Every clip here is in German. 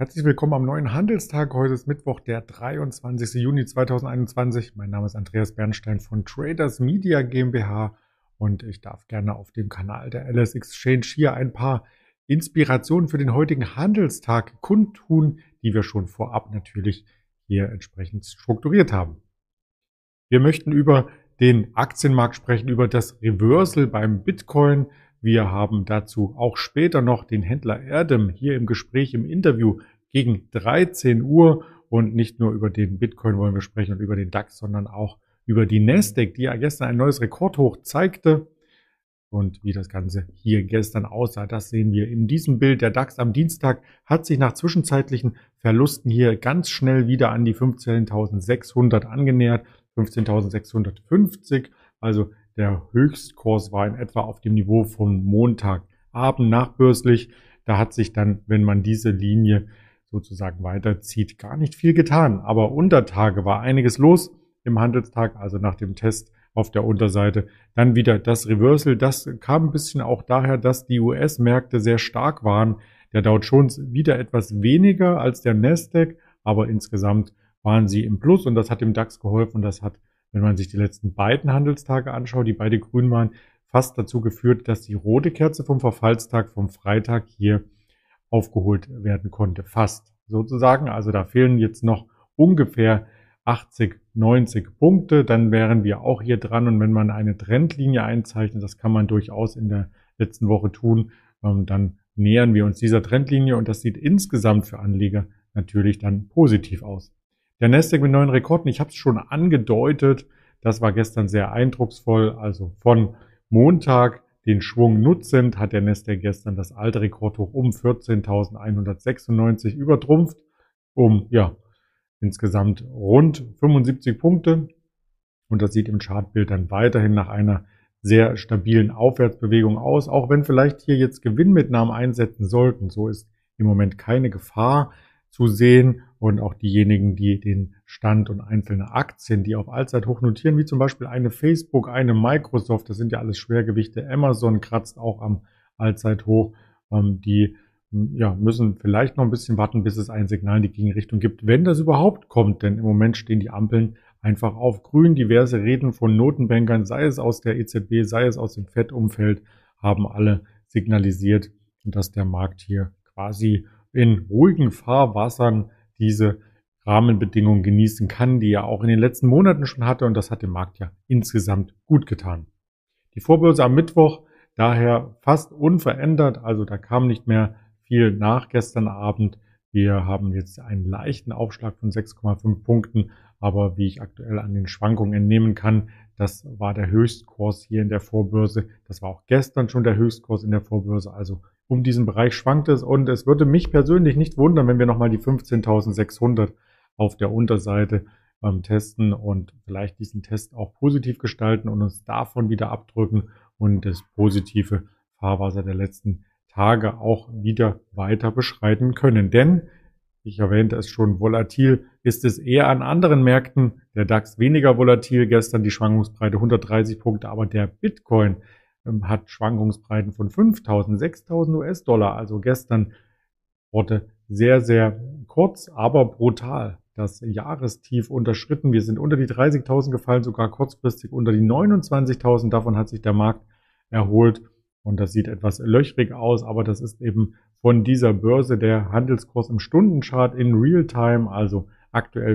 Herzlich willkommen am neuen Handelstag. Heute ist Mittwoch, der 23. Juni 2021. Mein Name ist Andreas Bernstein von Traders Media GmbH und ich darf gerne auf dem Kanal der LS Exchange hier ein paar Inspirationen für den heutigen Handelstag kundtun, die wir schon vorab natürlich hier entsprechend strukturiert haben. Wir möchten über den Aktienmarkt sprechen, über das Reversal beim Bitcoin. Wir haben dazu auch später noch den Händler Erdem hier im Gespräch, im Interview gegen 13 Uhr. Und nicht nur über den Bitcoin wollen wir sprechen und über den DAX, sondern auch über die Nasdaq, die ja gestern ein neues Rekordhoch zeigte. Und wie das Ganze hier gestern aussah, das sehen wir in diesem Bild. Der DAX am Dienstag hat sich nach zwischenzeitlichen Verlusten hier ganz schnell wieder an die 15.600 angenähert. 15.650, also der Höchstkurs war in etwa auf dem Niveau vom Montagabend nachbörslich. Da hat sich dann, wenn man diese Linie sozusagen weiterzieht, gar nicht viel getan. Aber unter Tage war einiges los im Handelstag, also nach dem Test auf der Unterseite. Dann wieder das Reversal. Das kam ein bisschen auch daher, dass die US-Märkte sehr stark waren. Der Dow Jones wieder etwas weniger als der Nasdaq, aber insgesamt waren sie im Plus und das hat dem DAX geholfen. Das hat, wenn man sich die letzten beiden Handelstage anschaut, die beide grün waren, fast dazu geführt, dass die rote Kerze vom Verfallstag vom Freitag hier aufgeholt werden konnte. Fast sozusagen. Also da fehlen jetzt noch ungefähr 80, 90 Punkte. Dann wären wir auch hier dran. Und wenn man eine Trendlinie einzeichnet, das kann man durchaus in der letzten Woche tun, dann nähern wir uns dieser Trendlinie und das sieht insgesamt für Anleger natürlich dann positiv aus. Der Nasdaq mit neuen Rekorden, ich habe es schon angedeutet, das war gestern sehr eindrucksvoll. Also von Montag den Schwung nutzend hat der Nasdaq gestern das alte Rekordhoch um 14.196 übertrumpft, insgesamt rund 75 Punkte. Und das sieht im Chartbild dann weiterhin nach einer sehr stabilen Aufwärtsbewegung aus, auch wenn vielleicht hier jetzt Gewinnmitnahmen einsetzen sollten. So ist im Moment keine Gefahr zu sehen und auch diejenigen, die den Stand und einzelne Aktien, die auf Allzeithoch notieren, wie zum Beispiel eine Facebook, eine Microsoft, das sind ja alles Schwergewichte, Amazon kratzt auch am Allzeithoch, die müssen vielleicht noch ein bisschen warten, bis es ein Signal in die Gegenrichtung gibt, wenn das überhaupt kommt, denn im Moment stehen die Ampeln einfach auf grün. Diverse Reden von Notenbankern, sei es aus der EZB, sei es aus dem FED-Umfeld, haben alle signalisiert, dass der Markt hier quasi in ruhigen Fahrwassern diese Rahmenbedingungen genießen kann, die er auch in den letzten Monaten schon hatte. Und das hat dem Markt ja insgesamt gut getan. Die Vorbörse am Mittwoch daher fast unverändert. Also da kam nicht mehr viel nach gestern Abend. Wir haben jetzt einen leichten Aufschlag von 6,5 Punkten. Aber wie ich aktuell an den Schwankungen entnehmen kann, das war der Höchstkurs hier in der Vorbörse. Das war auch gestern schon der Höchstkurs in der Vorbörse. Also um diesen Bereich schwankt es. Und es würde mich persönlich nicht wundern, wenn wir nochmal die 15.600 auf der Unterseite testen und vielleicht diesen Test auch positiv gestalten und uns davon wieder abdrücken und das positive Fahrwasser der letzten Tage auch wieder weiter beschreiten können. Denn, ich erwähnte es schon, volatil ist es eher an anderen Märkten. Der DAX weniger volatil, gestern die Schwankungsbreite 130 Punkte, aber der Bitcoin hat Schwankungsbreiten von 5.000, 6.000 US-Dollar. Also gestern wurde sehr, sehr kurz, aber brutal das Jahrestief unterschritten. Wir sind unter die 30.000 gefallen, sogar kurzfristig unter die 29.000. Davon hat sich der Markt erholt und das sieht etwas löchrig aus, aber das ist eben von dieser Börse der Handelskurs im Stundenchart in Realtime, also aktuell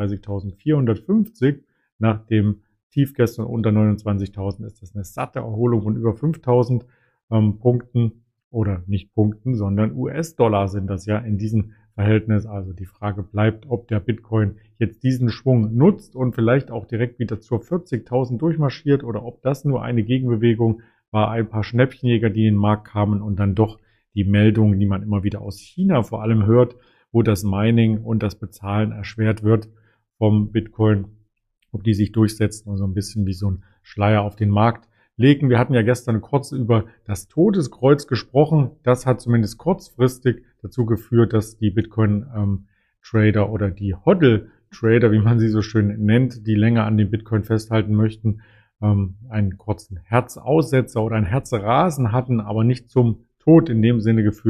34.450. Nach dem Tief gestern unter 29.000 ist das eine satte Erholung von über 5.000 Punkten oder nicht Punkten, sondern US-Dollar sind das ja in diesem Verhältnis. Also die Frage bleibt, ob der Bitcoin jetzt diesen Schwung nutzt und vielleicht auch direkt wieder zur 40.000 durchmarschiert oder ob das nur eine Gegenbewegung war, ein paar Schnäppchenjäger, die in den Markt kamen und dann doch die Meldungen, die man immer wieder aus China vor allem hört, wo das Mining und das Bezahlen erschwert wird vom Bitcoin, ob die sich durchsetzen und so ein bisschen wie so ein Schleier auf den Markt legen. Wir hatten ja gestern kurz über das Todeskreuz gesprochen. Das hat zumindest kurzfristig dazu geführt, dass die Bitcoin-Trader oder die HODL-Trader, wie man sie so schön nennt, die länger an dem Bitcoin festhalten möchten, einen kurzen Herzaussetzer oder ein Herzrasen hatten, aber nicht zum Tod in dem Sinne geführt,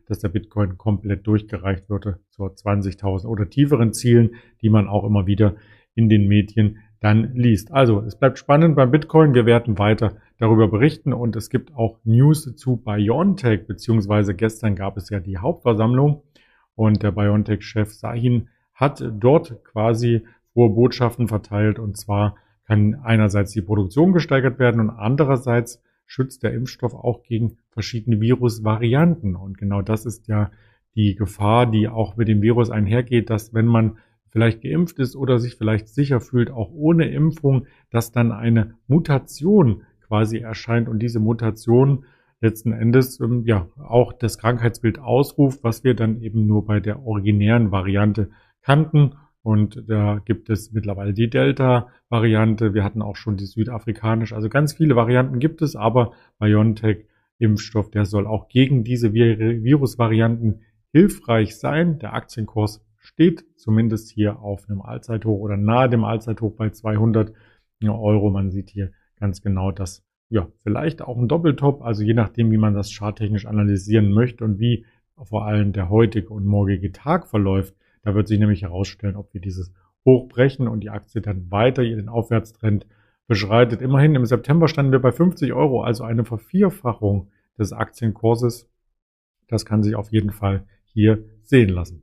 dass der Bitcoin komplett durchgereicht würde zur 20.000 oder tieferen Zielen, die man auch immer wieder in den Medien dann liest. Also es bleibt spannend beim Bitcoin. Wir werden weiter darüber berichten und es gibt auch News zu BioNTech, beziehungsweise gestern gab es ja die Hauptversammlung und der BioNTech-Chef Sahin hat dort quasi frohe Botschaften verteilt, und zwar kann einerseits die Produktion gesteigert werden und andererseits schützt der Impfstoff auch gegen verschiedene Virusvarianten. Und genau das ist ja die Gefahr, die auch mit dem Virus einhergeht, dass wenn man vielleicht geimpft ist oder sich vielleicht sicher fühlt, auch ohne Impfung, dass dann eine Mutation quasi erscheint und diese Mutation letzten Endes auch das Krankheitsbild ausruft, was wir dann eben nur bei der originären Variante kannten. Und da gibt es mittlerweile die Delta-Variante. Wir hatten auch schon die südafrikanische. Also ganz viele Varianten gibt es, aber BioNTech-Impfstoff, der soll auch gegen diese Virusvarianten hilfreich sein. Der Aktienkurs steht zumindest hier auf einem Allzeithoch oder nahe dem Allzeithoch bei 200 Euro. Man sieht hier ganz genau, dass vielleicht auch ein Doppeltop, also je nachdem, wie man das charttechnisch analysieren möchte und wie vor allem der heutige und morgige Tag verläuft. Da wird sich nämlich herausstellen, ob wir dieses Hoch brechen und die Aktie dann weiter ihren Aufwärtstrend beschreitet. Immerhin im September standen wir bei 50 Euro, also eine Vervierfachung des Aktienkurses. Das kann sich auf jeden Fall hier sehen lassen.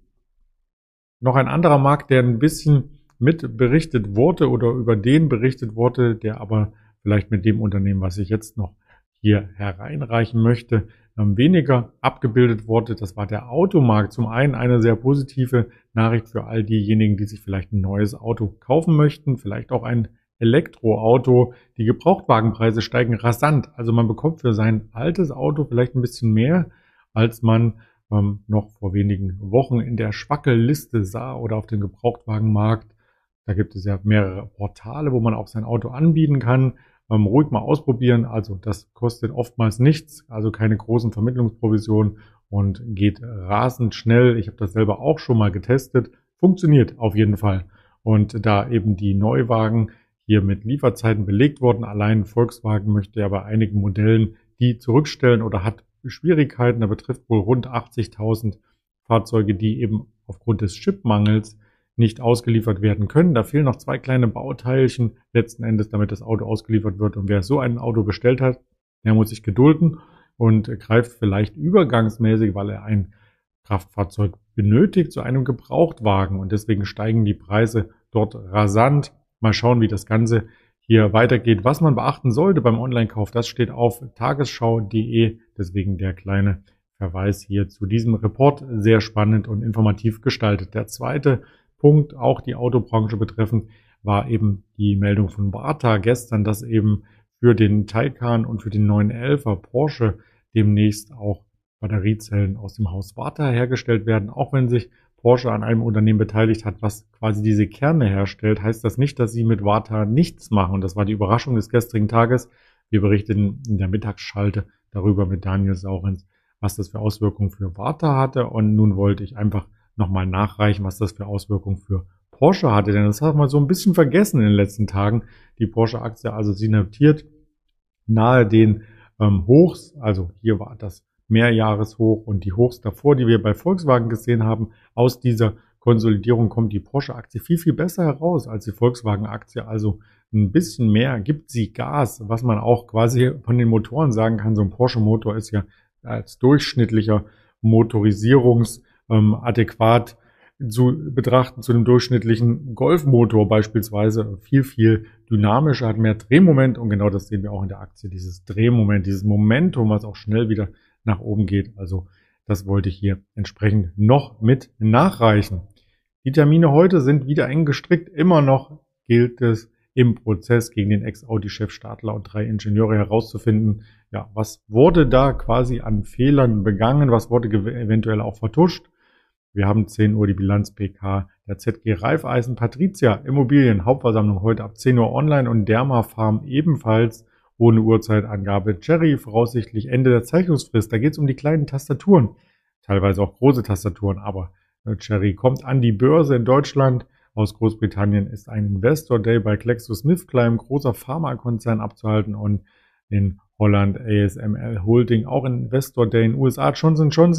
Noch ein anderer Markt, der ein bisschen mit berichtet wurde oder über den berichtet wurde, der aber vielleicht mit dem Unternehmen, was ich jetzt noch hier hereinreichen möchte, weniger abgebildet wurde. Das war der Automarkt. Zum einen eine sehr positive Nachricht für all diejenigen, die sich vielleicht ein neues Auto kaufen möchten, vielleicht auch ein Elektroauto. Die Gebrauchtwagenpreise steigen rasant. Also man bekommt für sein altes Auto vielleicht ein bisschen mehr, als man noch vor wenigen Wochen in der Schwackelliste sah oder auf dem Gebrauchtwagenmarkt. Da gibt es ja mehrere Portale, wo man auch sein Auto anbieten kann. Ruhig mal ausprobieren. Also das kostet oftmals nichts, also keine großen Vermittlungsprovisionen und geht rasend schnell. Ich habe das selber auch schon mal getestet. Funktioniert auf jeden Fall. Und da eben die Neuwagen hier mit Lieferzeiten belegt wurden, allein Volkswagen möchte ja bei einigen Modellen die zurückstellen oder hat Schwierigkeiten. Da betrifft wohl rund 80.000 Fahrzeuge, die eben aufgrund des Chipmangels nicht ausgeliefert werden können. Da fehlen noch 2 kleine Bauteilchen letzten Endes, damit das Auto ausgeliefert wird. Und wer so ein Auto bestellt hat, der muss sich gedulden und greift vielleicht übergangsmäßig, weil er ein Kraftfahrzeug benötigt, zu einem Gebrauchtwagen. Und deswegen steigen die Preise dort rasant. Mal schauen, wie das Ganze hier weitergeht. Was man beachten sollte beim Online-Kauf, das steht auf tagesschau.de. Deswegen der kleine Verweis hier zu diesem Report. Sehr spannend und informativ gestaltet. Der zweite Punkt, auch die Autobranche betreffend, war eben die Meldung von Varta gestern, dass eben für den Taycan und für den 911er Porsche demnächst auch Batteriezellen aus dem Haus Varta hergestellt werden. Auch wenn sich Porsche an einem Unternehmen beteiligt hat, was quasi diese Kerne herstellt, heißt das nicht, dass sie mit Varta nichts machen. Und das war die Überraschung des gestrigen Tages. Wir berichteten in der Mittagsschalte darüber mit Daniel Saurens, was das für Auswirkungen für Varta hatte. Und nun wollte ich einfach nochmal nachreichen, was das für Auswirkungen für Porsche hatte. Denn das hat man so ein bisschen vergessen in den letzten Tagen. Die Porsche-Aktie, also sie notiert nahe den Hochs. Also hier war das Mehrjahreshoch und die Hochs davor, die wir bei Volkswagen gesehen haben. Aus dieser Konsolidierung kommt die Porsche-Aktie viel, viel besser heraus als die Volkswagen-Aktie. Also ein bisschen mehr gibt sie Gas, was man auch quasi von den Motoren sagen kann. So ein Porsche-Motor ist ja als durchschnittlicher adäquat zu betrachten zu einem durchschnittlichen Golfmotor beispielsweise. Viel, viel dynamischer, hat mehr Drehmoment und genau das sehen wir auch in der Aktie. Dieses Drehmoment, dieses Momentum, was auch schnell wieder nach oben geht. Also das wollte ich hier entsprechend noch mit nachreichen. Die Termine heute sind wieder eng gestrickt. Immer noch gilt es im Prozess gegen den Ex-Audi-Chef Stadler und 3 Ingenieure herauszufinden, ja, was wurde da quasi an Fehlern begangen, was wurde eventuell auch vertuscht. Wir haben 10 Uhr die Bilanz-PK der ZG Raiffeisen Patrizia Immobilien Hauptversammlung heute ab 10 Uhr online und Derma Farm ebenfalls ohne Uhrzeitangabe. Cherry voraussichtlich Ende der Zeichnungsfrist. Da geht es um die kleinen Tastaturen, teilweise auch große Tastaturen, aber Cherry kommt an die Börse in Deutschland. Aus Großbritannien ist ein Investor Day bei GlaxoSmithKline, großer Pharmakonzern, abzuhalten und in Holland ASML Holding, auch Investor Day in den USA. Johnson & Johnson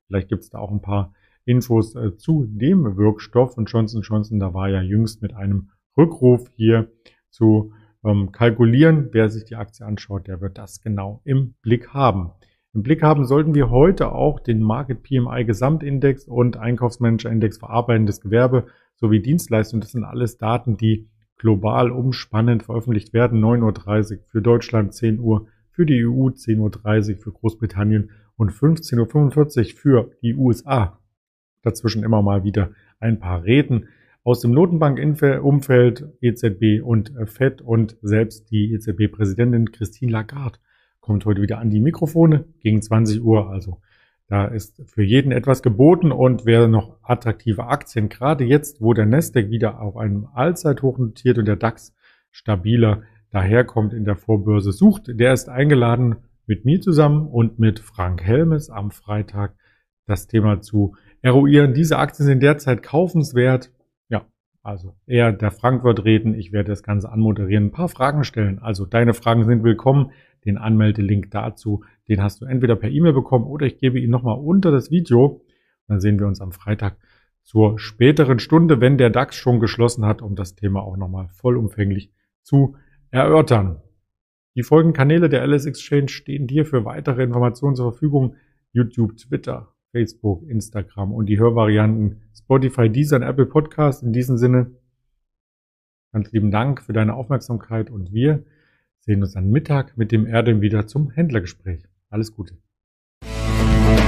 Vielleicht gibt es da auch ein paar Infos zu dem Wirkstoff. Und Johnson & Johnson, da war ja jüngst mit einem Rückruf hier zu kalkulieren. Wer sich die Aktie anschaut, der wird das genau im Blick haben. Im Blick haben sollten wir heute auch den Market PMI Gesamtindex und Einkaufsmanager Index verarbeitendes Gewerbe sowie Dienstleistungen. Das sind alles Daten, die global umspannend veröffentlicht werden. 9:30 Uhr für Deutschland, 10 Uhr für die EU, 10:30 Uhr für Großbritannien und 15:45 Uhr für die USA. Dazwischen immer mal wieder ein paar Reden aus dem Notenbank-Umfeld, EZB und FED, und selbst die EZB-Präsidentin Christine Lagarde kommt heute wieder an die Mikrofone gegen 20 Uhr. Also da ist für jeden etwas geboten, und wer noch attraktive Aktien, gerade jetzt, wo der Nasdaq wieder auf einem Allzeithoch notiert und der DAX stabiler daherkommt in der Vorbörse, sucht, der ist eingeladen, mit mir zusammen und mit Frank Helmes am Freitag das Thema zu eruieren. Diese Aktien sind derzeit kaufenswert. Ja, also eher der Frank wird reden, ich werde das Ganze anmoderieren, ein paar Fragen stellen. Also deine Fragen sind willkommen. Den Anmeldelink dazu, den hast du entweder per E-Mail bekommen oder ich gebe ihn nochmal unter das Video. Dann sehen wir uns am Freitag zur späteren Stunde, wenn der DAX schon geschlossen hat, um das Thema auch nochmal vollumfänglich zu erörtern. Die folgenden Kanäle der LS Exchange stehen dir für weitere Informationen zur Verfügung. YouTube, Twitter, Facebook, Instagram und die Hörvarianten Spotify, Deezer und Apple Podcast. In diesem Sinne, ganz lieben Dank für deine Aufmerksamkeit, und wir sehen uns am Mittag mit dem Erdem wieder zum Händlergespräch. Alles Gute.